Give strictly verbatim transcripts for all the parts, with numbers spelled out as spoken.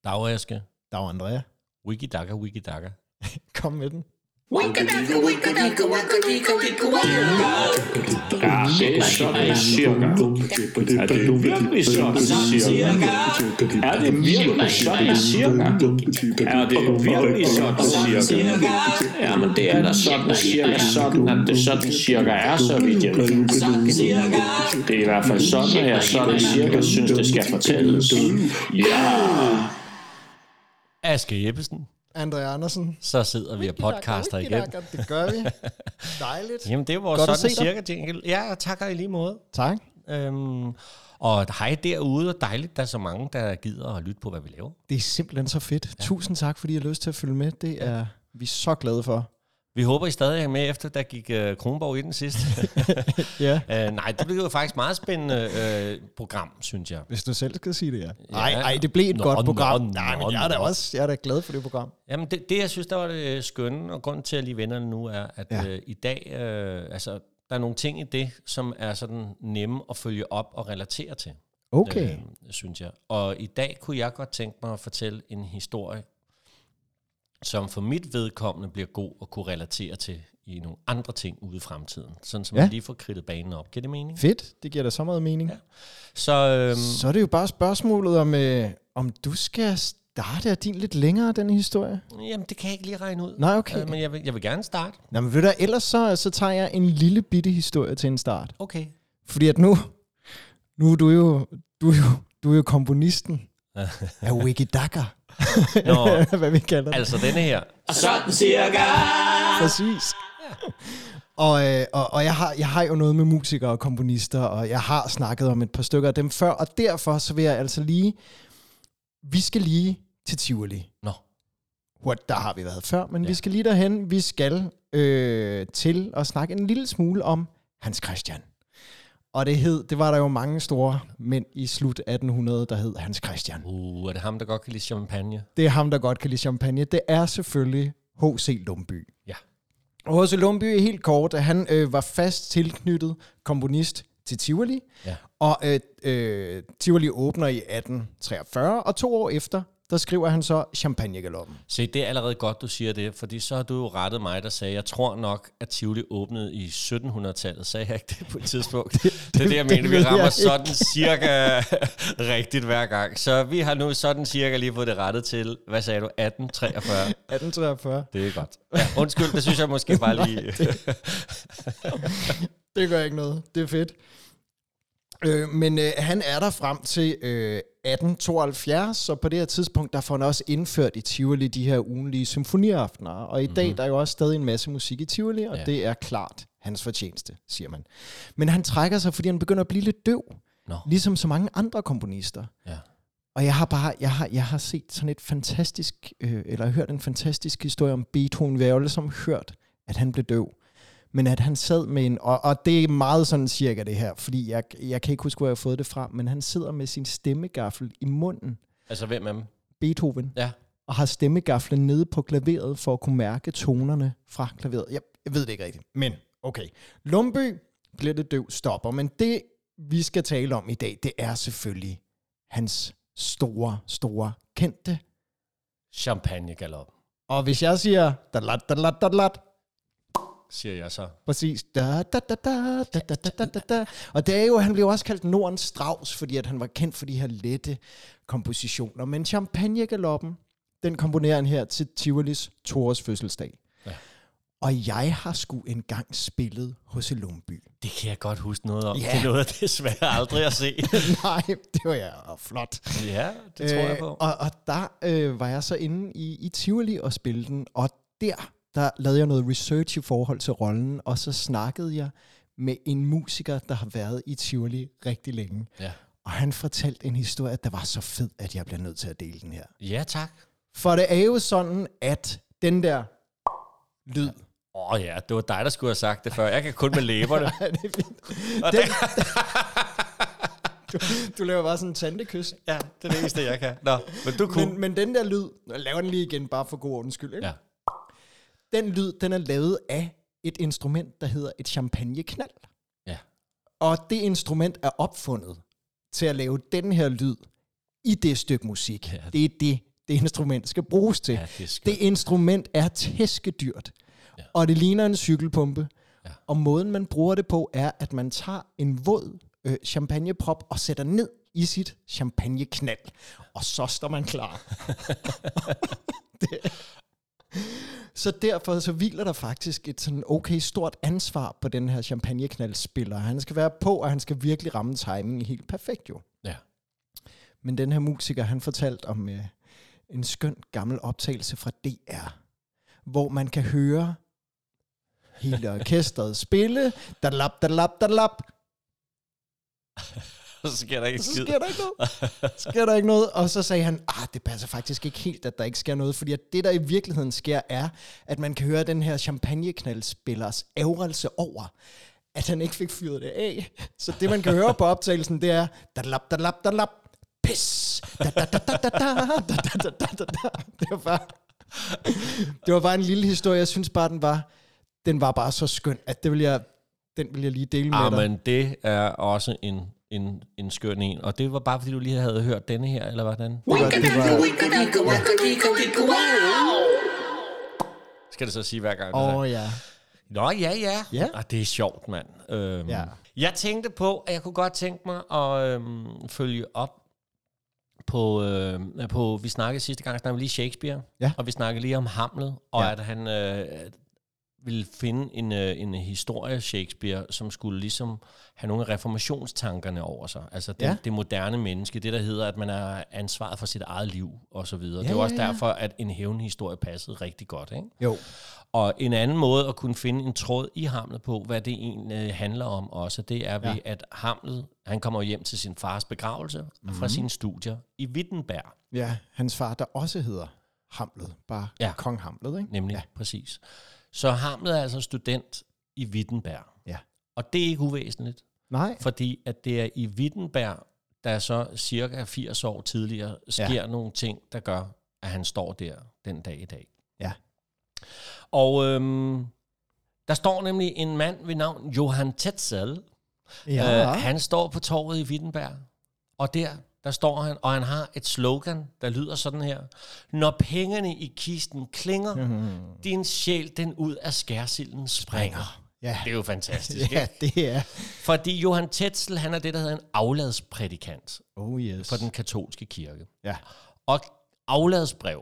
Dag, Aske. Dag, Andrea. Wiki-dakka, wiki-dakka. Kom med den. Ja, det er sådan cirka. Er det virkelig sådan cirka? Er det virkelig sådan cirka? Er det virkelig sådan cirka? Ja, men det er da sådan cirka sådan, at det sådan cirka er, så vidt jeg ved. Det er i hvert fald sådan, at jeg sådan cirka synes, det skal fortælles. Ja! Aske Jeppesen. Andrea Andersen. Så sidder vi og podcaster igen. Det gør vi. Dejligt. Jamen, det er vores Godt sådan cirka jingle. Ja, takker i lige måde. Tak. Øhm, og hej derude, og dejligt, der er så mange, der gider at lytte på, hvad vi laver. Det er simpelthen så fedt. Ja. Tusind tak, fordi I har lyst til at følge med. Det er vi er så glade for. Vi håber, I stadig er med, efter der gik uh, Kronborg i den sidste. Ja. uh, nej, det blev jo faktisk et meget spændende uh, program, synes jeg. Hvis du selv skal sige det, ja. Ja. Nej, nej, det blev et Nå, godt program. nå, Nej, men nå, jeg er da nå. også jeg er da glad for det program. Jamen, det, det jeg synes, der var det skønne, og grunden til, at jeg lige vender det nu, er, at Ja. ja. uh, i dag, uh, altså, der er nogle ting i det, som er sådan nemme at følge op og relatere til. Okay. Øh, synes jeg. Og i dag kunne jeg godt tænke mig at fortælle en historie, som for mit vedkommende bliver god at kunne relatere til i nogle andre ting ude i fremtiden. Sådan som Ja. man lige får kridtet banen op. Giver det mening? Fedt. Det giver da så meget mening. Ja. Så, øhm, Så er det jo bare spørgsmålet om, øh, om du skal starte af din lidt længere, den historie. jamen, det kan jeg ikke lige regne ud. Nej, okay. Øh, men jeg vil, jeg vil gerne starte. Nå, men ved du, ellers så, så tager jeg en lille bitte historie til en start. Okay. Fordi at nu, nu er du jo, du er jo, du er jo komponisten af Wiki-dakka. Nå, Hvad vi kalder det. altså denne her. Sådan cirka. Præcis. Og, øh, og, og jeg, har, jeg har jo noget med musikere og komponister, og jeg har snakket om et par stykker af dem før, og derfor så vil jeg altså lige, vi skal lige til Tivoli. Nå. What, der har vi været før, men Ja. vi skal lige derhen. Vi skal øh, til at snakke en lille smule om Hans Christian. Og det hed, det var der jo mange store mænd i slut atten hundrede, der hed Hans Christian. Uh, er det ham, der godt kan lide champagne? Det er ham, der godt kan lide champagne. Det er selvfølgelig H C Lumbye. Ja. Og H C Lumbye, helt kort, han øh, var fast tilknyttet komponist til Tivoli. Ja. Og øh, øh, Tivoli åbner i atten treogfyrre, og to år efter, der skriver han så Champagnegaloppen. Se, det er allerede godt, du siger det, fordi så har du jo rettet mig, der sagde, jeg tror nok, at Tivoli åbnede i syttenhundredetallet. Sagde jeg ikke det på et tidspunkt? det, det er det, jeg det mener. Vi ved rammer jeg sådan cirka rigtigt hver gang. Så vi har nu sådan cirka lige fået det rettet til, hvad sagde du, atten treogfyrre? atten treogfyrre. Det er godt. Ja, undskyld, det synes jeg måske bare lige... Det gør ikke noget. Det er fedt. Øh, men øh, han er der frem til øh, atten tooghalvfjerds, så på det her tidspunkt, der får han også indført i Tivoli de her ugenlige symfoniaftener. Og i dag, Mhm. der er jo også stadig en masse musik i Tivoli, og Ja. det er klart hans fortjeneste, siger man. Men han trækker sig, fordi han begynder at blive lidt døv, Nå, ligesom så mange andre komponister. ja. Og jeg har bare, jeg har, jeg har set sådan et fantastisk, øh, eller hørt en fantastisk historie om Beethoven. Vi har jo alle sammen hørt, at han blev døv. Men at han sad med en, og, og det er meget sådan cirka det her, fordi jeg, jeg kan ikke huske, hvor jeg har fået det fra, men han sidder med sin stemmegaffel i munden, Altså, hvem af dem? Beethoven, Ja. og har stemmegaflen nede på klaveret for at kunne mærke tonerne fra klaveret. Jeg, jeg ved det ikke rigtigt, men okay. Lumbye bliver det døv, stopper, men det vi skal tale om i dag, det er selvfølgelig hans store, store kendte. Champagnegalop, Og hvis jeg siger, dalat, dalat, dalat, siger jeg så. præcis, da, da, da, da, da, da, da, da, da. Og det er jo, han blev også kaldt Nordens Strauss, fordi at han var kendt for de her lette kompositioner. Men Champagnegaloppen, den komponerer han her til Tivolis toårs fødselsdag. Ja. Og jeg har sgu engang spillet hos Lumbye. Det kan jeg godt huske noget om. Ja. Det er noget, jeg desværre aldrig at se. Nej, det var ja flot. Ja, det tror jeg på. Øh, og, og der øh, var jeg så inde i, i Tivoli og spille den, og der, der lavede jeg noget research i forhold til rollen, og så snakkede jeg med en musiker, der har været i Tivoli rigtig længe. Ja. Og han fortalte en historie, der var så fed, at jeg bliver nødt til at dele den her. Ja, tak. For det er jo sådan, at den der lyd... Åh oh, ja, det var dig, der skulle have sagt det før. Jeg kan kun med læberne. det er fint. Og Den, det, du, du laver bare sådan en tandekys. ja, det er det eneste, jeg kan. Nå, men du kunne. Men, men den der lyd, jeg laver den lige igen, bare for god ordens skyld. Ikke? Ja. Den lyd, den er lavet af et instrument, der hedder et champagneknald. Ja. Og det instrument er opfundet til at lave den her lyd i det stykke musik. Ja. Det er det, det instrument skal bruges til. Ja, det, det instrument er tæskedyrt, ja. Og det ligner en cykelpumpe. Ja. Og måden, man bruger det på, er, at man tager en våd øh, champagneprop og sætter ned i sit champagneknald. Og så står man klar. det. Så derfor så hviler der faktisk et sådan okay stort ansvar på den her champagneknaldspiller. Han skal være på, og han skal virkelig ramme timingen helt perfekt jo. Ja. Men den her musiker, han fortalte om øh, en skøn gammel optagelse fra D R, hvor man kan høre hele orkestret spille, dadalap, dadalap, dadalap. Så sker der ikke så sker der ikke noget. Så sker der ikke noget. Og så sagde han, ah, det passer faktisk ikke helt, at der ikke sker noget, fordi at det, der i virkeligheden sker, er, at man kan høre den her champagneknaldspillers ærgrelse over, at han ikke fik fyret det af. Så det, man kan høre på optagelsen, det er, dadalap, dadalap, dadalap, pis. Det var bare, det var bare en lille historie. Jeg synes bare, den var, den var bare så skøn, at det vil jeg, den vil jeg lige dele med ah, dig. Men det er også en En, en skøn en. Og det var bare, fordi du lige havde hørt denne her, eller hvordan? Det var, det var, skal det så sige hver gang? Åh, oh, ja. Nå, ja, ja. ja. Og det er sjovt, mand. Øhm, ja. Jeg tænkte på, at jeg kunne godt tænke mig at øhm, følge op på, øh, på, vi snakkede sidste gang, snakkede vi lige Shakespeare, ja. og vi snakkede lige om Hamlet, og ja. at han øh, ville finde en, øh, en historie Shakespeare, som skulle ligesom have nogle af reformationstankerne over sig. Altså det, ja. det moderne menneske, det der hedder, at man er ansvaret for sit eget liv, og så videre. Ja, det er også ja, ja. derfor, at en hævnhistorie passede rigtig godt, ikke? Jo. Og en anden måde at kunne finde en tråd i Hamlet på, hvad det egentlig handler om også, det er ved, ja. at Hamlet, han kommer hjem til sin fars begravelse mm-hmm. fra sine studier i Wittenberg. Ja, hans far, der også hedder Hamlet, bare ja. Kong Hamlet, ikke? Nemlig, ja. præcis. Så Hamlet er altså student i Wittenberg. Ja. Og det er ikke uvæsentligt. Nej. Fordi at det er i Wittenberg, der så cirka firs år tidligere sker ja. nogle ting, der gør, at han står der den dag i dag. Ja. Og øhm, der står nemlig en mand ved navn Johann Tetzel. Ja. Øh, han står på torvet i Wittenberg. Og der, der står han, og han har et slogan, der lyder sådan her. Når pengene i kisten klinger, mm-hmm. din sjæl den ud af skærsilden springer. Ja. Det er jo fantastisk. Ja, det er. Fordi Johann Tetzel, han er det, der hedder en afladsprædikant oh, yes. for den katolske kirke. Ja. Og afladsbrev,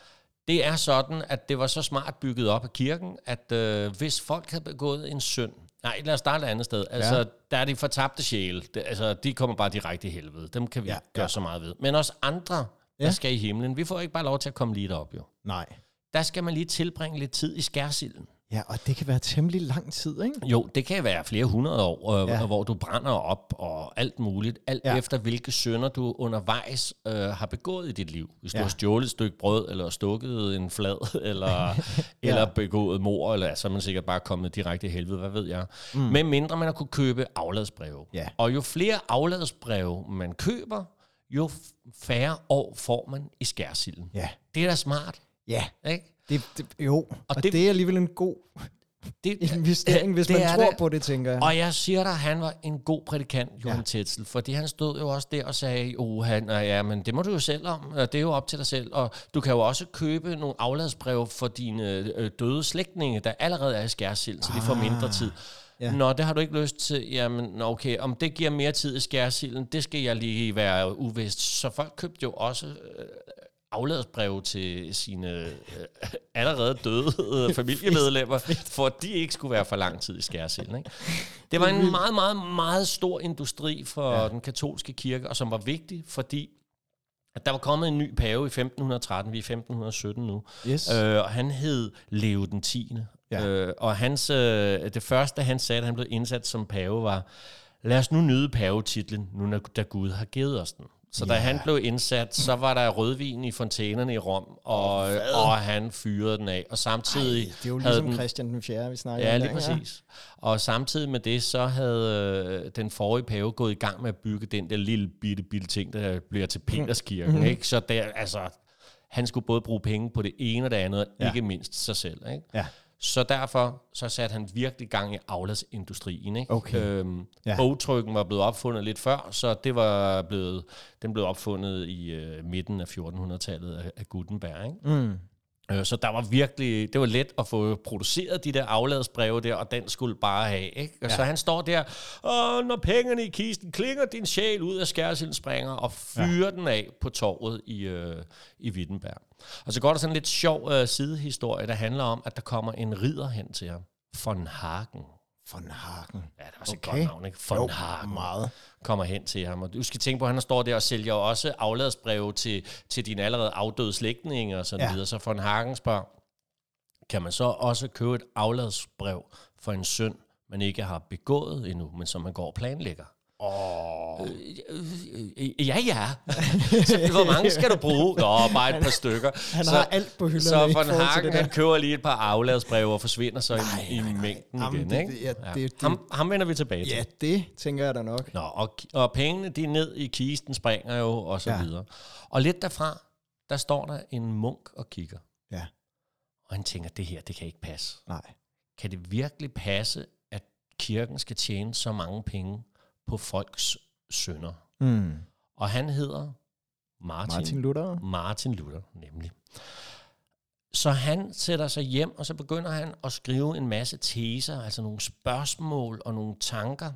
det er sådan, at det var så smart bygget op af kirken, at øh, hvis folk havde begået en synd, nej, lad os starte et andet sted, altså, ja. der er de fortabte sjæle, det, altså, de kommer bare direkte i helvede, dem kan vi ja, gøre ja. så meget ved. Men også andre, der ja. skal i himlen, vi får ikke bare lov til at komme lige derop, jo. Nej. Der skal man lige tilbringe lidt tid i skærsilden. Ja, og det kan være temmelig lang tid, ikke? Jo, det kan være flere hundrede år, øh, ja. hvor du brænder op og alt muligt. Alt ja. efter hvilke synder du undervejs øh, har begået i dit liv. Hvis ja. du har stjålet et stykke brød, eller stukket en flad, eller, ja. eller begået mord, eller så er man sikkert bare kommet direkte i helvede, hvad ved jeg. Mm. Men mindre man har kunne købe afladsbreve. Ja. Og jo flere afladsbreve man køber, jo færre år får man i skærsilden. Ja. Det er da smart. Ja. Ikke? Det, det, jo, og, og det, det er alligevel en god det, investering, hvis det man tror det. på det, tænker jeg. Og jeg siger dig, han var en god prædikant, Johann ja. Tetzel, fordi han stod jo også der og sagde, oh, han, ja, men det må du jo selv om, det er jo op til dig selv, og du kan jo også købe nogle afladsbreve for dine øh, døde slægtninge, der allerede er i skærsild, så de får mindre tid. Ja. Nå, det har du ikke lyst til. Jamen, okay, om det giver mere tid i skærsilden, det skal jeg lige være uvist. Så folk købte jo også øh, afladsbreve til sine øh, allerede døde familiemedlemmer, for at de ikke skulle være for lang tid i skærsilden. Ikke? Det var en meget, meget, meget stor industri for ja. den katolske kirke, og som var vigtig, fordi at der var kommet en ny pave i femten tretten, vi er femten sytten nu, yes. øh, og han hed Leo den tiende. Ja. Øh, og hans, øh, det første, han sagde, da han blev indsat som pave, var, lad os nu nyde pavetitlen, nu da Gud har givet os den. Så yeah. da han blev indsat, så var der rødvin i fontænerne i Rom, og, oh, og han fyrede den af. Og samtidig Ej, det er jo ligesom den, Christian den fjerde, vi snakker ja, om. Ja, lige præcis. Ja. Og samtidig med det, så havde øh, den forrige pave gået i gang med at bygge den der lille bitte, bitte ting, der bliver til Peterskirken. Mm. Ikke? Så der, altså, han skulle både bruge penge på det ene og det andet, og ja. ikke mindst sig selv. Ikke? Ja. Så derfor så satte han virkelig gang i afladsindustrien. Ikke? Okay. Øhm, Ja. Bogtrykken var blevet opfundet lidt før, så det var blevet, den blev opfundet i øh, midten af fjortenhundredetallet af, af Gutenberg. Ikke? Mm. Øh, så der var virkelig, det var let at få produceret de der afladsbreve der, og den skulle bare have. Ikke? Og Ja. så han står der, og når pengene i kisten klinger din sjæl ud af skærsilden springer, og fyrer ja. den af på torvet i, øh, i Wittenberg. Og så går der sådan en lidt sjov øh, sidehistorie, der handler om, at der kommer en ridder hen til ham. Von Hagen. Von Hagen. Ja, det var så Okay. okay. godt navn, ikke? Von Jo, Hagen meget. kommer hen til ham. Og du skal tænke på, at han står der og sælger også afladsbreve til, til dine allerede afdøde slægtninge og sådan Ja. videre. Så Von Hagen spørger, kan man så også købe et afladsbrev for en synd, man ikke har begået endnu, men som man går og planlægger? Åh. Øh, ja, ja. Så, hvor mange skal du bruge? Nå, bare et par stykker. Han så, har alt på hylderne Så i Von forhold til Hagen, det der. han køber lige et par afladsbreve og forsvinder så Nej, i, i nej, nej. mængden Jamen, igen. det- Ikke? det- ja, Ja. det- det- Ham, ham vender vi tilbage til. Ja, det tænker jeg da nok. Nå, og, og pengene, de er ned i kisten, springer jo, og så Ja. ja. videre. Og lidt derfra, der står der en munk og kigger. Ja. Og han tænker, det her, det kan ikke passe. Nej. Kan det virkelig passe, at kirken skal tjene så mange penge på folks synder? Mm. Og han hedder Martin, Martin Luther. Martin Luther, nemlig. Så han sætter sig hjem, og så begynder han at skrive en masse teser, altså nogle spørgsmål og nogle tanker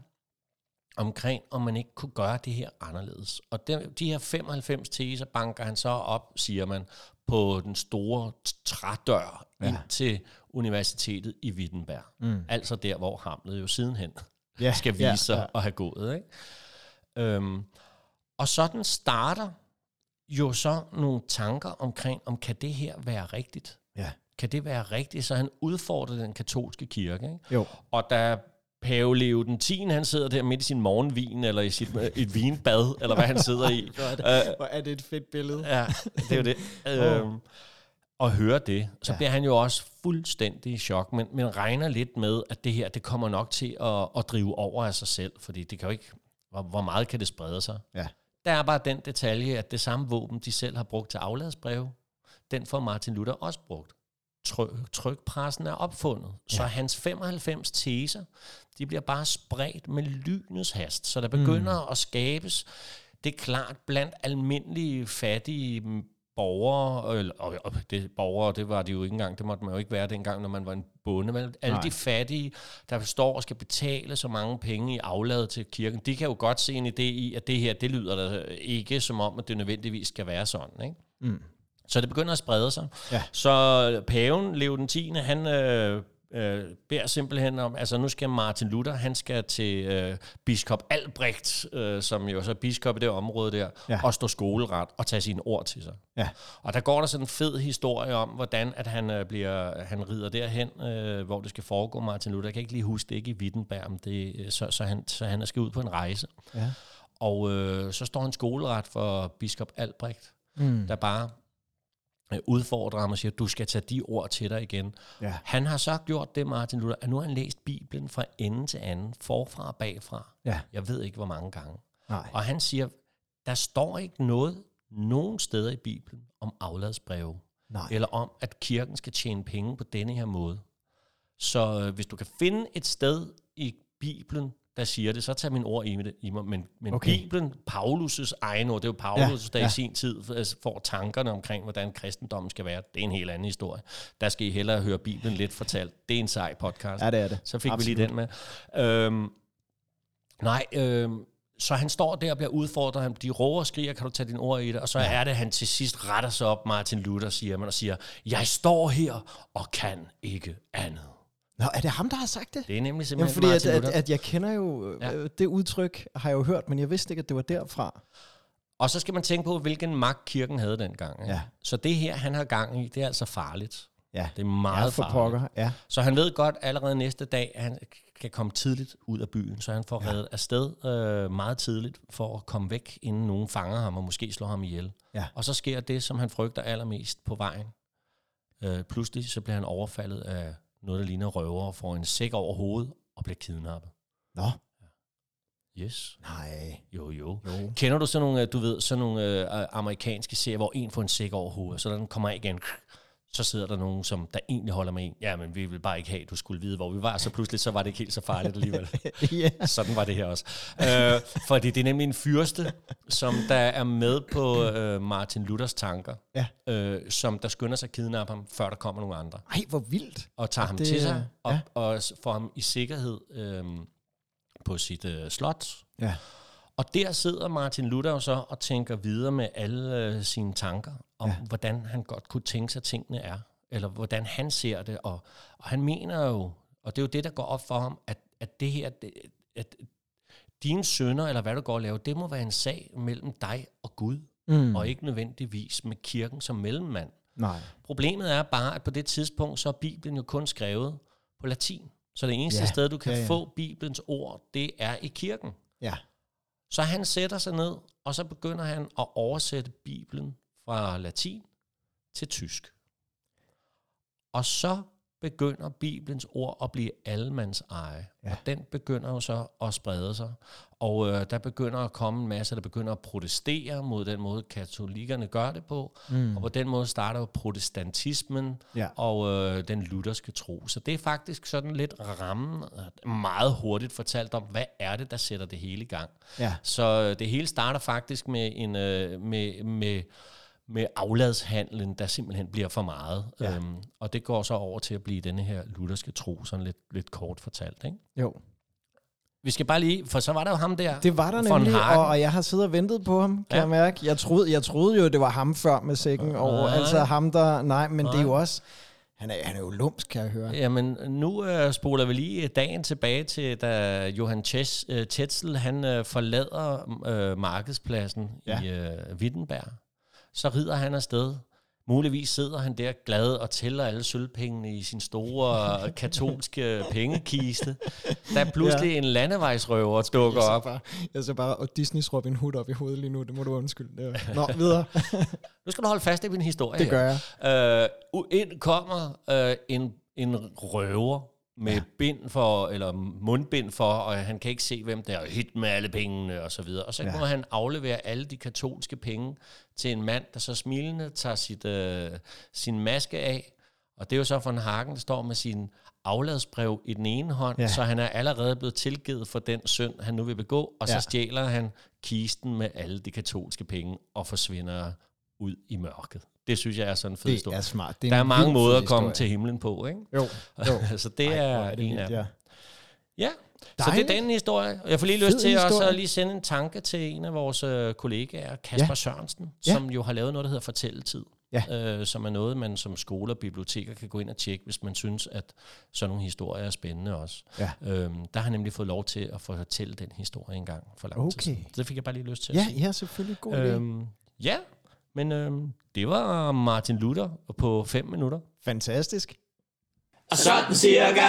omkring, om man ikke kunne gøre det her anderledes. Og de, de her femoghalvfems teser banker han så op, siger man, på den store trædør Ja. ind til universitetet i Wittenberg. Mm. Altså der, hvor Hamlet jo sidenhen Ja, skal vise ja, sig ja. at have gået. Ikke? Øhm, og sådan starter jo så nogle tanker omkring, om kan det her være rigtigt? Ja. Kan det være rigtigt? Så han udfordrer den katolske kirke. Ikke? Jo. Og da Pave Leo den tiende, han sidder der midt i sin morgenvin, eller i sit, et vinbad, eller hvad han sidder i. Øh, Hvor er det et fedt billede. Ja, det er jo det. øhm, og høre det, så Ja. bliver han jo også fuldstændig i chok, men, men regner lidt med, at det her, det kommer nok til at, at drive over af sig selv, fordi det kan jo ikke, hvor, hvor meget kan det sprede sig? Ja. Der er bare den detalje, at det samme våben, de selv har brugt til afladsbreve, den får Martin Luther også brugt. Tryk, trykpressen er opfundet, ja. Så hans femoghalvfems teser, de bliver bare spredt med lynets hast, så der begynder mm. at skabes, det er klart, blandt almindelige, fattige borgere, eller, og, og det, borgere, det var det jo ikke engang, det måtte man jo ikke være dengang, når man var en bonde, men alle Nej. de fattige, der står og skal betale så mange penge i aflad til kirken, de kan jo godt se en idé i, at det her, det lyder da ikke som om, at det nødvendigvis skal være sådan, ikke? Mm. Så det begynder at sprede sig. Ja. Så paven, Leo den tiende, han øh, øh, beder simpelthen om, altså nu skal Martin Luther, han skal til øh, biskop Albrecht, øh, som jo så er biskop i det område der, Ja. og stå skoleret og tage sine ord til sig. Ja. Og der går der sådan en fed historie om, hvordan at han øh, bliver, han rider derhen, øh, hvor det skal foregå, Martin Luther. Jeg kan ikke lige huske det, ikke i Wittenberg, men det, øh, så, så, han, så han er skal ud på en rejse. Ja. Og øh, så står han skoleret for biskop Albrecht, Mm. der bare udfordrer ham og siger, du skal tage de ord til dig igen. Ja. Han har så gjort det, Martin Luther, at nu har han læst Bibelen fra ende til anden, forfra og bagfra. Ja. Jeg ved ikke, hvor mange gange. Nej. Og han siger, der står ikke noget nogen steder i Bibelen om afladsbreve, Nej. eller om, at kirken skal tjene penge på denne her måde. Så øh, hvis du kan finde et sted i Bibelen, der siger det, så tag min ord i, det, i mig. Men, men Okay. okay. Bibelen, Paulus' egen ord, det er jo Paulus, Ja, der ja. i sin tid får tankerne omkring, hvordan kristendommen skal være. Det er en helt anden historie. Der skal I hellere høre Bibelen lidt fortalt. Det er en sej podcast. Ja, det er det. Så fik Absolut. vi lige den med. Øhm, nej, øhm, så han står der og bliver udfordret. Han, de råber og skriger, kan du tage dine ord i det? Og så ja. er det, han til sidst retter sig op, Martin Luther, siger man, og siger, jeg står her og kan ikke andet. Nå, er det ham, der har sagt det? Det er nemlig Jamen, simpelthen fordi at, Martin at, Luther. at jeg kender jo Ja. øh, det udtryk, har jeg jo hørt, men jeg vidste ikke, at det var derfra. Og så skal man tænke på, hvilken magt kirken havde dengang. Ikke? Ja. Så det her, han har gang i, det er altså farligt. Ja, Det er meget ja, for farligt. pokker. Ja. Så han ved godt allerede næste dag, at han kan komme tidligt ud af byen. Så han får Ja. reddet afsted øh, meget tidligt for at komme væk, inden nogen fanger ham og måske slår ham ihjel. Ja. Og så sker det, som han frygter allermest på vejen. Øh, pludselig så bliver han overfaldet af noget, der ligner røver, og får en sæk over hovedet og bliver kidnappet. Nå, Yes. nej. Jo, jo. Jo. Kender du sådan nogle, du ved, sådan nogle øh, amerikanske serier, hvor en får en sæk over hovedet, så den kommer af igen, så sidder der nogen, som der egentlig holder med en. Ja, men vi vil bare ikke have, at du skulle vide, hvor vi var. Så pludselig så var det ikke helt så farligt alligevel. yeah. Sådan var det her også. Øh, fordi det er nemlig en fyrste, som der er med på øh, Martin Luthers tanker, ja. øh, som der skynder sig at kidnappe ham, før der kommer nogle andre. Ej, hvor vildt. Og tager og ham det, til sig, og, ja. og får ham i sikkerhed øh, på sit øh, slot. Ja. Og der sidder Martin Luther jo så og tænker videre med alle øh, sine tanker om, ja. hvordan han godt kunne tænke sig, tingene er. Eller hvordan han ser det. Og, og han mener jo, og det er jo det, der går op for ham, at, at det her, det, at dine sønner, eller hvad du går og laver, det må være en sag mellem dig og Gud, mm. og ikke nødvendigvis med kirken som mellemmand. Nej. Problemet er bare, at på det tidspunkt, så er Bibelen jo kun skrevet på latin. Så det eneste ja. sted, du kan ja, ja. få Bibelens ord, det er i kirken. Ja. Så han sætter sig ned, og så begynder han at oversætte Bibelen fra latin til tysk. Og så begynder Bibelens ord at blive allemands eje. Ja. Og den begynder jo så at sprede sig. Og øh, der begynder at komme en masse, der begynder at protestere mod den måde, katolikkerne gør det på. Mm. Og på den måde starter jo protestantismen ja. og øh, den lutherske tro. Så det er faktisk sådan lidt rammen, meget hurtigt fortalt om, hvad er det, der sætter det hele i gang. Ja. Så øh, det hele starter faktisk med en... Øh, med, med med afladshandlen, der simpelthen bliver for meget. Ja. Øhm, og det går så over til at blive denne her lutherske tro, sådan lidt, lidt kort fortalt, ikke? Jo. Vi skal bare lige, for så var der jo ham der. Det var der nemlig, og, og jeg har siddet og ventet på ham, kan ja. jeg mærke. Jeg troede, jeg troede jo, det var ham før med sækken over. Nej. Altså ham der, nej, men nej. det er jo også, han er, han er jo lumsk, kan jeg høre. Jamen, nu øh, spoler vi lige dagen tilbage til, da Johann Tetzel, han øh, forlader øh, markedspladsen ja. i øh, Wittenberg. Så rider han afsted. Muligvis sidder han der glad og tæller alle sølvpengene i sin store katolske pengekiste. Der er pludselig ja. en landevejsrøver dukker op. Bare, jeg ser bare og Disneys Robin Hood op i hovedet lige nu. Det må du undskylde. Det Nå, videre. Nu skal du holde fast i min historie. Det gør jeg. Uh, ind kommer uh, en, en røver med ja. bind for, eller mundbind for, og han kan ikke se, hvem der er hit med alle pengene, og så videre. Og så ja. må han aflevere alle de katolske penge til en mand, der så smilende tager sit, øh, sin maske af, og det er jo så von Hagen, der står med sin afladsbrev i den ene hånd, ja. så han er allerede blevet tilgivet for den synd, han nu vil begå, og så ja. stjæler han kisten med alle de katolske penge, og forsvinder ud i mørket. Det synes jeg er sådan en fed historie. Det er smart. Det er der er mange måder at komme til himlen på, ikke? Jo. jo. så det Ej, er, er det en af dem. Ja. ja. Så Dejligt. det er den historie. Jeg får lige lyst til også at lige sende en tanke til en af vores øh, kollegaer, Kasper ja. Sørensen, ja. som jo har lavet noget, der hedder Fortælletid. Ja. Øh, som er noget, man som skole og biblioteker kan gå ind og tjekke, hvis man synes, at sådan nogle historier er spændende også. Ja. Øhm, der har han nemlig fået lov til at fortælle den historie en gang for lang okay. tid siden. Så det fik jeg bare lige lyst til ja, at sige. Ja, selvfølgelig. God idé. Øhm, ja, men øhm, det var Martin Luther på fem minutter. Fantastisk. Og sådan cirka.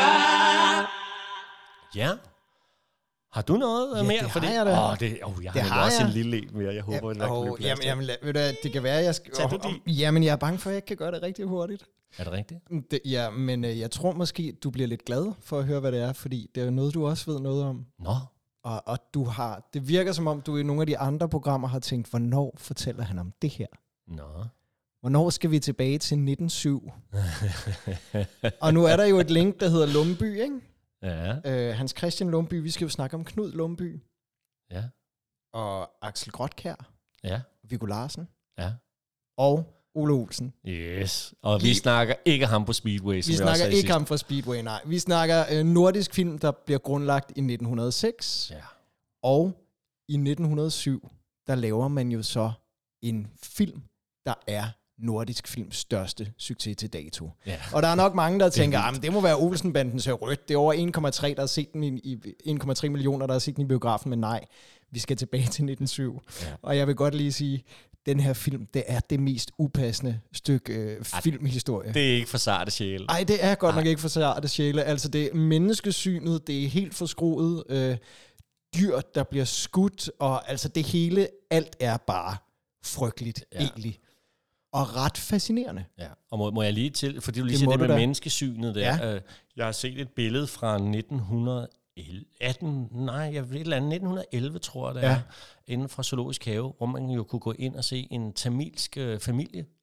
Ja. Har du noget ja, mere? Det Fordi, har jeg da. Åh, det, åh, jeg det har, har også jeg. en lille en mere. Jeg håber, ja, at åh, det jamen, jamen, ved du, det kan være, jeg skal... Tag du åh, jamen, jeg er bange for, at jeg ikke kan gøre det rigtig hurtigt. Er det rigtigt? Det, ja, men øh, jeg tror måske, du bliver lidt glad for at høre, hvad det er, fordi det er jo noget, du også ved noget om. Nå. Og, og du har... Det virker som om, du i nogle af de andre programmer har tænkt, hvornår fortæller han om det her? Nå. Hvornår skal vi tilbage til nitten nul syv? Og nu er der jo et link, der hedder Lumby, ikke? Ja. Øh, Hans Christian Lumby. Vi skal jo snakke om Knud Lumby. Ja. Og Axel Grotkjær. Ja. Viggo Larsen. Ja. Og Ole Olsen. Yes. Og vi, vi snakker ikke ham på Speedway. Vi snakker ikke sidst. ham fra Speedway, nej. Vi snakker øh, nordisk film, der bliver grundlagt i nitten hundrede og seks. Ja. Og i nitten hundrede og syv, der laver man jo så en film, der er nordisk films største succes til dato. Ja. Og der er nok mange, der tænker, at det, det må være Olsenbanden ser rødt. Det er over en komma tre der har set den i, en komma tre millioner, der har set den i biografen, men nej, vi skal tilbage til nitten nul syv. Ja. Og jeg vil godt lige sige, den her film, det er det mest upassende stykke øh, filmhistorie. Det er ikke for sarte sjæle. Nej, det er godt Ej. nok ikke for sarte sjæle. Altså, det er menneskesynet, det er helt forskruet. Øh, dyr, der bliver skudt, og altså det hele, alt er bare frygteligt, ja. egentlig. Og ret fascinerende. Ja, og må, må jeg lige til, fordi du lige det siger det med da. menneskesynet der. Ja. Øh, jeg har set et billede fra nitten atten, nej, jeg ved et eller andet, nitten elleve tror jeg det ja. er, inden fra Zoologisk Have, hvor man jo kunne gå ind og se en tamilsk øh, familie, ja.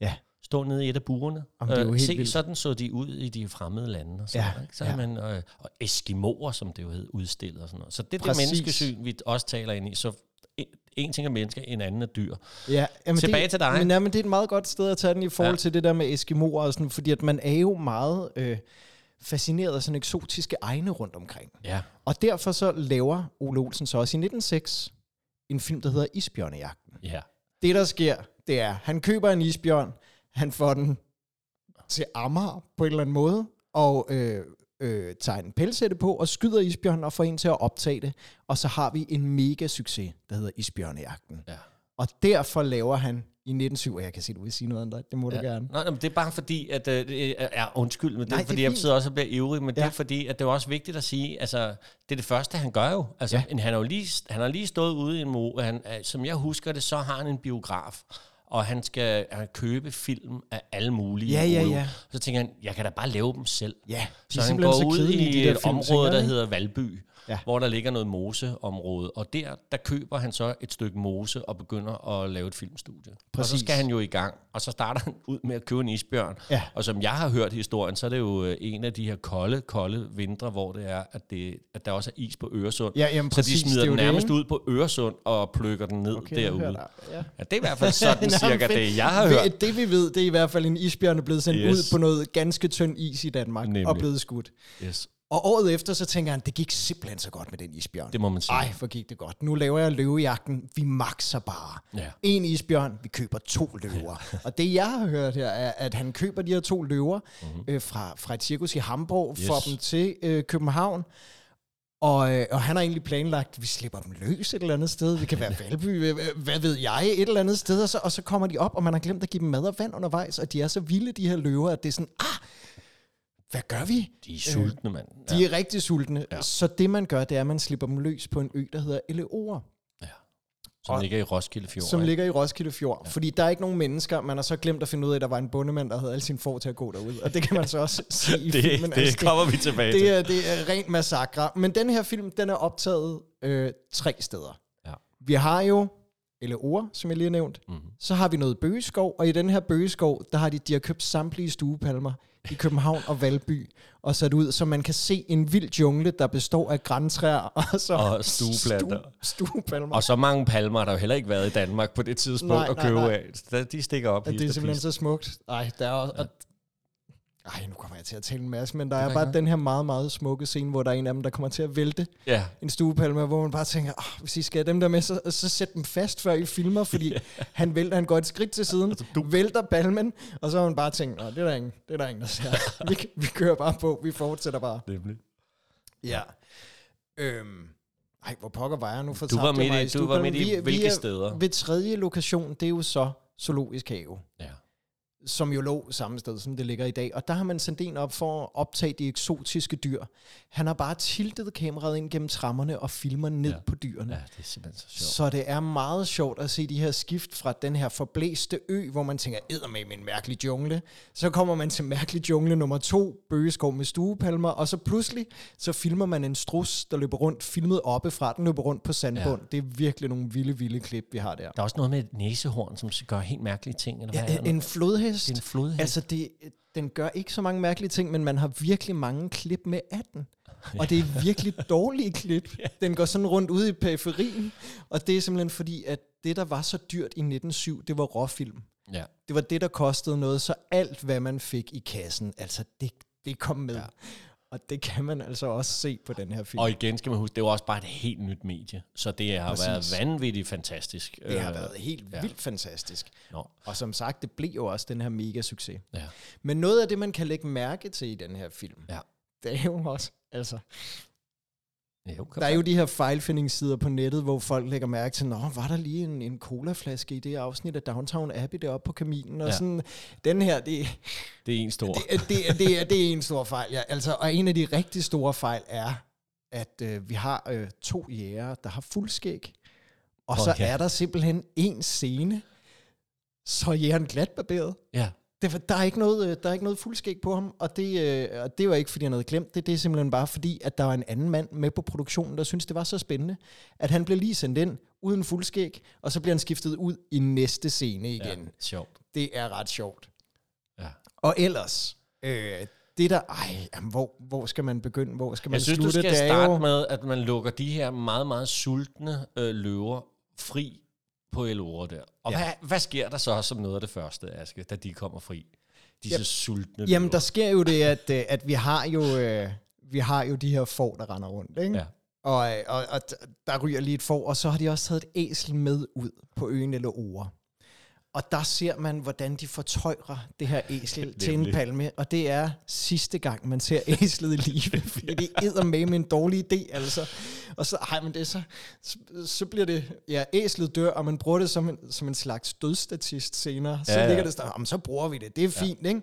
stå nede i et af burene. Jamen, det er jo helt Se, vildt. sådan så de ud i de fremmede lande. Og, sådan, Ja, ikke? Så ja. man, øh, og eskimoer, som det jo hed, udstillet og sådan noget. Så det er Præcis. det menneskesyn, vi også taler ind i. Så en, en ting er mennesker, en anden er dyr. Ja, jamen Tilbage det, til dig. Men, ja, men det er et meget godt sted at tage den i forhold Ja. til det der med eskimoer og sådan, fordi at man er jo meget øh, fascineret af sådan eksotiske egne rundt omkring. Ja. Og derfor så laver Ole Olsen så også i nitten nul seks en film, der hedder Isbjørnejagten. Ja. Det, der sker, det er, han køber en isbjørn, han får den til Amager på en eller anden måde, og øh, øh, tager en pelsætte på, og skyder isbjørnen og får en til at optage det. Og så har vi en mega succes, der hedder Isbjørnejagten. Ja. Og derfor laver han i nitten syv, og jeg kan se, du vil sige noget andet, det må Ja. du gerne. Nej, men det er bare fordi, at øh, det er, er undskyld, men det Nej, er det er fordi, jeg fint. sidder også og bliver ivrig, men ja. det Ja. er fordi, at det er også vigtigt at sige, altså, det er det første, han gør jo. Altså, Ja. ja. han, er jo lige, han har lige stået ude i en mo, han, som jeg husker det, så har han en biograf, og han skal han købe film af alle mulige. Ja, ja, Olo. ja. Så tænker han, jeg kan da bare lave dem selv. Ja, de er Så han simpelthen går så ud kedelige, i de der et film, område, tænker der jeg, hedder Valby, Ja. hvor der ligger noget moseområde, og der, der køber han så et stykke mose og begynder at lave et filmstudie. Præcis. Og så skal han jo i gang, og så starter han ud med at købe en isbjørn. Ja. Og som jeg har hørt historien, så er det jo øh, en af de her kolde, kolde vintre, hvor det er, at, det, at der også er is på Øresund. Ja, jamen, så præcis, de smider det er den jo det, nærmest ikke? ud på Øresund og plukker den ned Okay, jeg hører derude. dig. Ja. Ja, det er i hvert fald sådan Nå, cirka fedt. det, jeg har hørt. Det vi ved, det er i hvert fald en isbjørn er blevet sendt Yes. ud på noget ganske tynd is i Danmark, Nemlig. og blevet skudt. Yes. Og året efter, så tænker han, det gik simpelthen så godt med den isbjørn. Det må man sige. Ej, hvor gik det godt. Nu laver jeg løvejagten. Vi makser bare. Ja. En isbjørn, vi køber to løver. Og det, jeg har hørt her, er, at han køber de her to løver mm-hmm. øh, fra, fra et cirkus i Hamburg, Yes. får dem til øh, København. Og, øh, og han har egentlig planlagt, at vi slipper dem løs et eller andet sted. Vi kan være Valby, øh, hvad ved jeg, et eller andet sted. Og så, og så kommer de op, og man har glemt at give dem mad og vand undervejs. Og de er så vilde, de her løver, at det er sådan, ah, hvad gør vi? De er sultne, mand. Ja. De er rigtig sultne. Ja. Så det, man gør, det er, at man slipper dem løs på en ø, der hedder Elleore. Ja. Som Og- ligger i Roskilde Fjord. Som ikke? ligger i Roskilde Fjord. Ja. Fordi der er ikke nogen mennesker. Man har så glemt at finde ud af, at der var en bondemand, der havde alle sine får til at gå derud. Og det kan man så også se i det, filmen. det Altså, kommer vi tilbage det, til. er, det er rent massakre. Men den her film, den er optaget øh, tre steder. Ja. Vi har jo Elleore, som jeg lige har nævnt. Mhm. Så har vi noget bøgeskov, og i den her bøgeskov, der har de, de har købt samtlige stuepalmer i København og Valby, og sat ud, så man kan se en vild jungle, der består af grantræer og så Og stueplanter. Stu, stuepalmer. Og så mange palmer har der jo heller ikke været i Danmark på det tidspunkt Nej, at nej, købe nej. af. Så de stikker op. Ja, det er hist og simpelthen pist. så smukt. Ej, der er også... Ja. Ej, nu kommer jeg til at tale en masse, men der Det er er bare ikke den her meget, meget smukke scene, hvor der er en af dem, der kommer til at vælte Ja. en stuepalme, hvor man bare tænker, oh, hvis I skal have dem der med, så, så sæt dem fast, før I filmer, fordi han vælter, han går et skridt til siden, vælter palmen, og så har man bare tænkt, det er der ingen, det er der ingen, der ser. vi, vi kører bare på, vi fortsætter bare. Nemlig. Ja. Øhm. Ej, hvor pokker var jeg nu for Du var midt i, du var midt i vi, hvilke vi er, steder? Ved tredje lokation, det er jo så Zoologisk Have, Ja. som jo lå samme sted, som det ligger i dag. Og der har man sendt en op for at optage de eksotiske dyr. Han har bare tiltet kameraet ind gennem trammerne og filmer ned Ja. på dyrene. Ja, det er simpelthen så sjovt. Så det er meget sjovt at se de her skift fra den her forblæste ø, hvor man tænker, eddermed med en mærkelig jungle. Så kommer man til mærkelig jungle nummer to, bøgeskov med stuepalmer, og så pludselig, så filmer man en strus, der løber rundt, filmet oppefra, den løber rundt på sandbund. Ja. Det er virkelig nogle vilde, vilde klip, vi har der. Der er også noget med et næsehorn, som gør helt mærkelige ting. Eller hvad Ja, er det? en flodhest. Det er en flodhest. Altså, det, den gør ikke så mange mærkelige ting, men man har virkelig mange klip med af den. Og det er virkelig dårlige klip. Den går sådan rundt ude i periferien, og det er simpelthen fordi, at det, der var så dyrt i nitten syv, det var råfilm. Ja. Det var det, der kostede noget, så alt, hvad man fik i kassen, altså det, det kom med. Ja. Og det kan man altså også se på den her film. Og igen skal man huske, det er jo også bare et helt nyt medie, så det har Præcis. været vanvittigt fantastisk. Det har Øh, været helt ja. vildt fantastisk. Nå. Og som sagt, det blev jo også den her mega succes. Ja. Men noget af det, man kan lægge mærke til i den her film, Ja. det er jo også, altså, Jo, kom der er jo de her fejlfindingssider på nettet, hvor folk lægger mærke til, nå, var der lige en, en colaflaske i det afsnit af Downtown Abbey deroppe på kaminen, og Ja. sådan, den her, det, det er en stor. det, det, det, det, er, det er en stor fejl, ja. Altså, og en af de rigtig store fejl er, at øh, vi har øh, to jæger, der har fuldskæg, og Åh, så ja. er der simpelthen en scene, så er jægeren glatbarberet. Ja. Det, der, er ikke noget, øh, der er ikke noget fuldskæg på ham, og det, øh, og det var ikke, fordi han havde glemt det. Det er simpelthen bare fordi, at der var en anden mand med på produktionen, der syntes, det var så spændende, at han blev lige sendt ind uden fuldskæg, og så bliver han skiftet ud i næste scene igen. Ja, sjovt. Det er ret sjovt. Og ellers, øh, det der, ej, jamen, hvor, hvor skal man begynde, hvor skal man Jeg synes, slutte? du skal det starte jo... med, at man lukker de her meget, meget sultne øh, løver fri på Elora der. Og ja. hvad, hvad sker der så som noget af det første, Aske, da de kommer fri? Disse ja. sultne løver. Jamen, der sker jo det, at, at vi har jo øh, vi har jo de her får, der render rundt, ikke? Ja. Og, og, og der ryger lige et får, og så har de også taget et æsel med ud på øen Elora. Og der ser man, hvordan de fortøjrer det her æsel til en palme, og det er sidste gang, man ser æslet i live, fordi det æder med med en dårlig idé, altså. Og så, ej, men det er så, så, så bliver det, ja, æslet dør, og man bruger det som en, som en slags dødsstatist senere. Så ja, ja. ligger det sådan, så bruger vi det, det er fint, ja. ikke?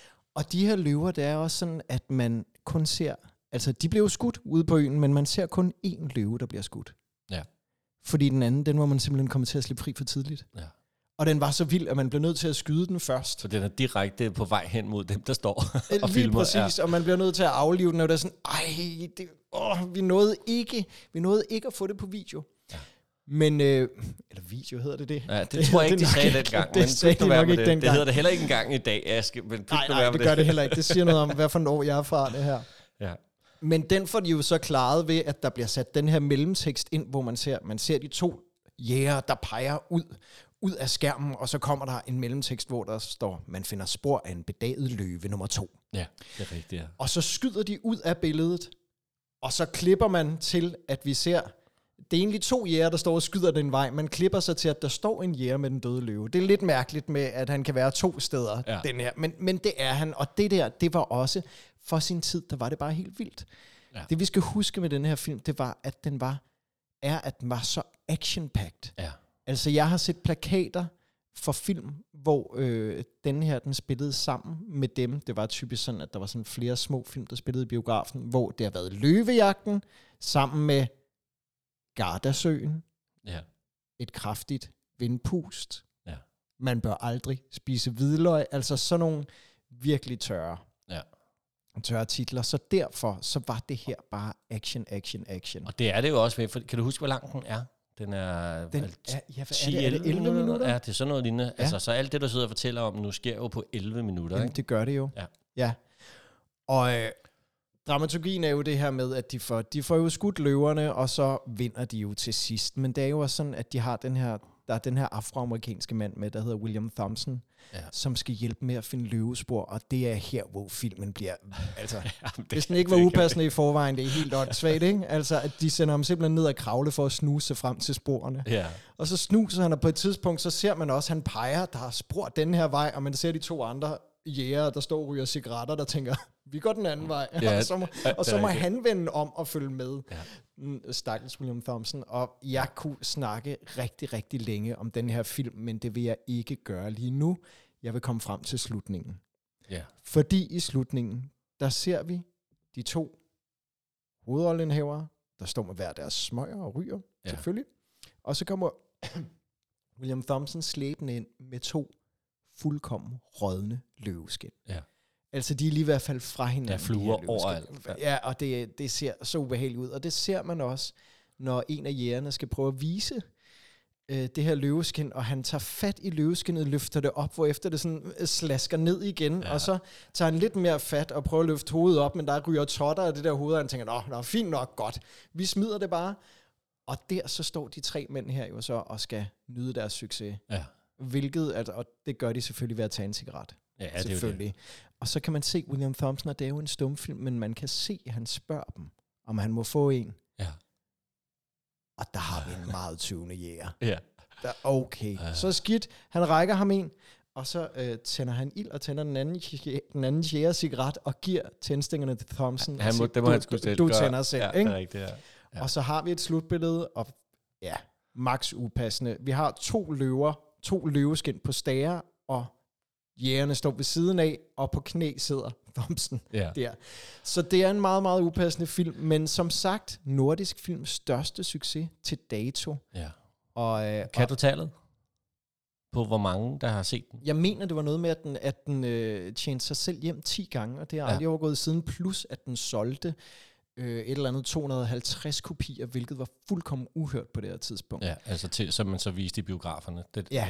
Og de her løver, det er også sådan, at man kun ser, altså de bliver jo skudt ude på øen, men man ser kun én løve, der bliver skudt. Ja. Fordi den anden, den var man simpelthen kommet til at slippe fri for tidligt. Ja. Og den var så vild, at man blev nødt til at skyde den først. Så den er direkte på vej hen mod dem, der står og Lige filmer. præcis, ja. Og man bliver nødt til at aflive den, og det er sådan, ej, det, åh, vi nåede ikke, vi nåede ikke at få det på video. Ja. Men, øh, eller video hedder det det? Ja, det, det tror jeg ikke, de sagde dengang. Det, det sagde de nok ikke dengang. Det hedder det heller ikke engang i dag, Aske. Men nej, nej, det, det gør det heller ikke. Det siger noget om, hvad for en år jeg er fra det her. Ja. Men den får de jo så klaret ved, at der bliver sat den her mellemtekst ind, hvor man ser, man ser de to jæger, der peger ud, ud af skærmen, og så kommer der en mellemtekst, hvor der står, man finder spor af en bedaget løve nummer to. Ja, det er rigtigt, ja. Og så skyder de ud af billedet, og så klipper man til, at vi ser, det er egentlig to jæger, der står og skyder den vej. Man klipper sig til, at der står en jæger med den døde løve. Det er lidt mærkeligt med, at han kan være to steder, ja. den her. Men, men det er han, og det der, det var også, for sin tid, der var det bare helt vildt. Ja. Det vi skal huske med den her film, det var, at den var, er, at den var så action-packed. Ja. Altså, jeg har set plakater for film, hvor øh, den her, den spillede sammen med dem. Det var typisk sådan, at der var sådan flere små film, der spillede i biografen, hvor det har været Løvejagten, sammen med Gardasøen, ja. et kraftigt vindpust. Ja. Man bør aldrig spise hvidløg. Altså sådan nogle virkelig tørre, ja. tørre titler. Så derfor, så var det her bare action, action, action. Og det er det jo også ved, for kan du huske, hvor lang den er? Den er, den er ja, ti, er det, er det elleve minutter? Ja, det er sådan noget lignende. Ja. Altså, så alt det, du sidder og fortæller om nu, sker jo på elleve minutter. Jamen, ikke? det gør det jo. Ja. ja. Og øh, dramaturgien er jo det her med, at de får, de får jo skudt løverne, og så vinder de jo til sidst. Men det er jo også sådan, at de har den her, der er den her afroamerikanske mand med, der hedder William Thompson, ja. som skal hjælpe med at finde løvespor, og det er her, hvor filmen bliver, altså, ja, det, hvis den ikke var upassende i forvejen, det er helt åndssvagt, ikke? Altså, at de sender ham simpelthen ned og kravle for at snuse frem til sporene. Ja. Og så snuser han, og på et tidspunkt, så ser man også, han peger, der har spor den her vej, og man ser de to andre jæger, der står og ryger cigaretter, der tænker, vi går den anden vej. Ja, og så må, og så må han vende om og følge med. Ja. Stakkels William Thompson. Og jeg kunne snakke rigtig, rigtig længe om den her film, men det vil jeg ikke gøre lige nu. Jeg vil komme frem til slutningen. Ja. Fordi i slutningen, der ser vi de to hovedrollenhavere, der står med hver deres smøger og ryger, ja. selvfølgelig. Og så kommer William Thompson slæbende ind med to fuldkommen rådne løveskind. Ja. Altså, de er lige i hvert fald fra hinanden. Der fluer overalt. Ja, ja, og det, det ser så ubehageligt ud. Og det ser man også, når en af jægerne skal prøve at vise øh, det her løveskind, og han tager fat i løveskindet, løfter det op, hvorefter det sådan slasker ned igen, ja. og så tager han lidt mere fat og prøver at løfte hovedet op, men der ryger totter af det der hoved, og han tænker, nå, nå, fint nok, godt. Vi smider det bare. Og der så står de tre mænd her jo så og skal nyde deres succes. Ja. Hvilket, at, og det gør de selvfølgelig ved at tage en cigaret. Ja, selvfølgelig. Det det. Og så kan man se William Thompson, og det er jo en stumfilm, men man kan se, at han spørger dem, om han må få en. Ja. Og der har vi en meget tøvende jæger. Ja. Der, okay, ja. Så skidt. Han rækker ham en, og så øh, tænder han ild og tænder den anden, den anden jæger cigaret, og giver tændstikkerne til Thompson. Han må, det må du, han sgu selv Du tænder selv, ja, ikke? Det er rigtigt, ja. Ja. Og så har vi et slutbillede, og ja, max upassende. Vi har to løver, to løveskind på stager, og jægerne står ved siden af, og på knæ sidder Thompson ja. der. Så det er en meget, meget upassende film, men som sagt, nordisk films største succes til dato. Ja. Og, øh, kan og, du tallet på, hvor mange, der har set den? Jeg mener, det var noget med, at den, at den øh, tjente sig selv hjem ti gange, og det har ja. aldrig overgået siden, plus at den solgte øh, et eller andet to hundrede og halvtreds kopier, hvilket var fuldkommen uhørt på det her tidspunkt. Ja, altså til, som man så viste i biograferne. Det, ja. ja.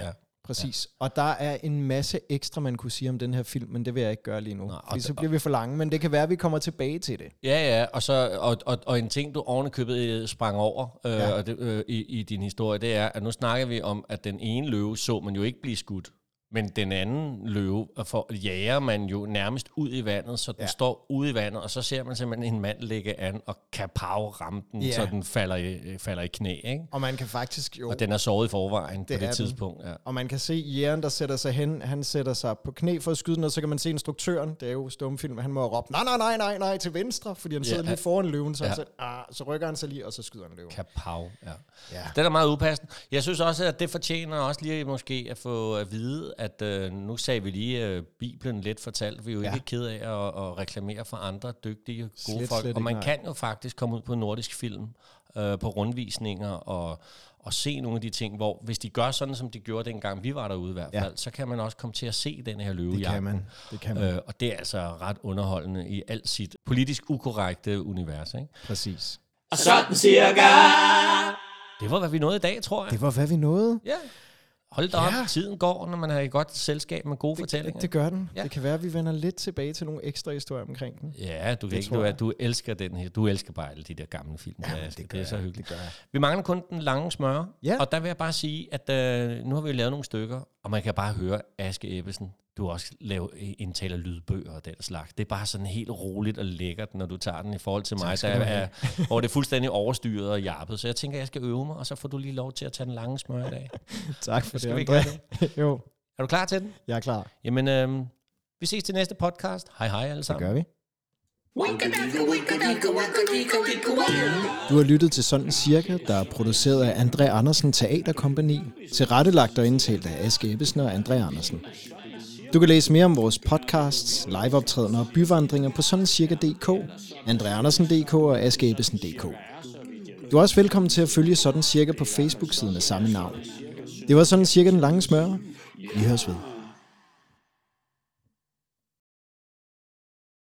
præcis. Ja. Og der er en masse ekstra, man kunne sige om den her film, men det vil jeg ikke gøre lige nu. Nej, fordi det, så bliver vi for lange, men det kan være, at vi kommer tilbage til det. Ja, ja, og, så, og, og, og en ting, du ovenikøbet sprang over øh, ja. og det, øh, i, i din historie, det er, at nu snakker vi om, at den ene løve så man jo ikke blive skudt. Men den anden løve for, jager man jo nærmest ud i vandet, så den ja. står ude i vandet, og så ser man simpelthen en mand lægge an og kapow ramme den, ja. så den falder i, falder i knæ. Ikke? Og man kan faktisk jo... Og den er såret i forvejen det på det tidspunkt. Ja. Og man kan se jægeren, der sætter sig hen, han sætter sig på knæ for at skyde den, og så kan man se instruktøren, det er jo stumfilm, han må råbe, nej, nej, nej, nej, nej, til venstre, fordi han sidder ja. lige foran løven, så, ja. så, ah, så rykker han sig lige, og så skyder han løven. Kapow, ja. ja. Det er meget upassende. Jeg synes også, at det fortjener også lige måske at få at vide, at øh, nu sagde vi lige uh, Bibelen lidt fortalt. Vi er jo ja. ikke ked af at, at reklamere for andre dygtige, gode slet, folk. Slet og man ikke, kan jo faktisk komme ud på nordisk film, uh, på rundvisninger og, og se nogle af de ting, hvor hvis de gør sådan, som de gjorde dengang vi var derude i hvert fald, ja. så kan man også komme til at se den her løvejagt. Det kan man. Det kan man. Uh, og det er altså ret underholdende i alt sit politisk ukorrekte univers. Ikke? Præcis. Og sådan cirka. Det var, hvad vi nåede i dag, tror jeg. Det var, hvad vi nåede. Ja. Hold da ja. op, tiden går, når man har et godt selskab med gode det, fortællinger. Det gør den. Ja. Det kan være, at vi vender lidt tilbage til nogle ekstra historier omkring den. Ja, du, kan ikke, du, du elsker den her. Du elsker bare alle de der gamle film. Ja, det, det, det er så hyggeligt. Det gør jeg. Vi mangler kun den lange smør, ja. og der vil jeg bare sige, at øh, nu har vi lavet nogle stykker, og man kan bare høre Aske Ebbesen. Du også laver indtaler lydbøger og den slags. Det er bare sådan helt roligt og lækkert, når du tager den i forhold til mig, der er, hvor det er fuldstændig overstyret og jappet. Så jeg tænker, jeg skal øve mig, og så får du lige lov til at tage den lange smør i dag. Tak for skal det, André. det? Jo. Er du klar til den? Jeg er klar. Jamen, øh, vi ses til næste podcast. Hej hej alle sammen. Det gør vi. Du har lyttet til Sådan Cirka, der er produceret af André Andersen Teaterkompagni, tilrettelagt og indtalt af Aske Ebbesen og André Andersen. Du kan læse mere om vores podcasts, liveoptrædener og byvandringer på sådan cirka punktum d k, andre andersen punktum d k og aske ebbesen punktum d k. Du er også velkommen til at følge Sådan Cirka på Facebook-siden af samme navn. Det var Sådan Cirka den lange smør. Vi høres ved.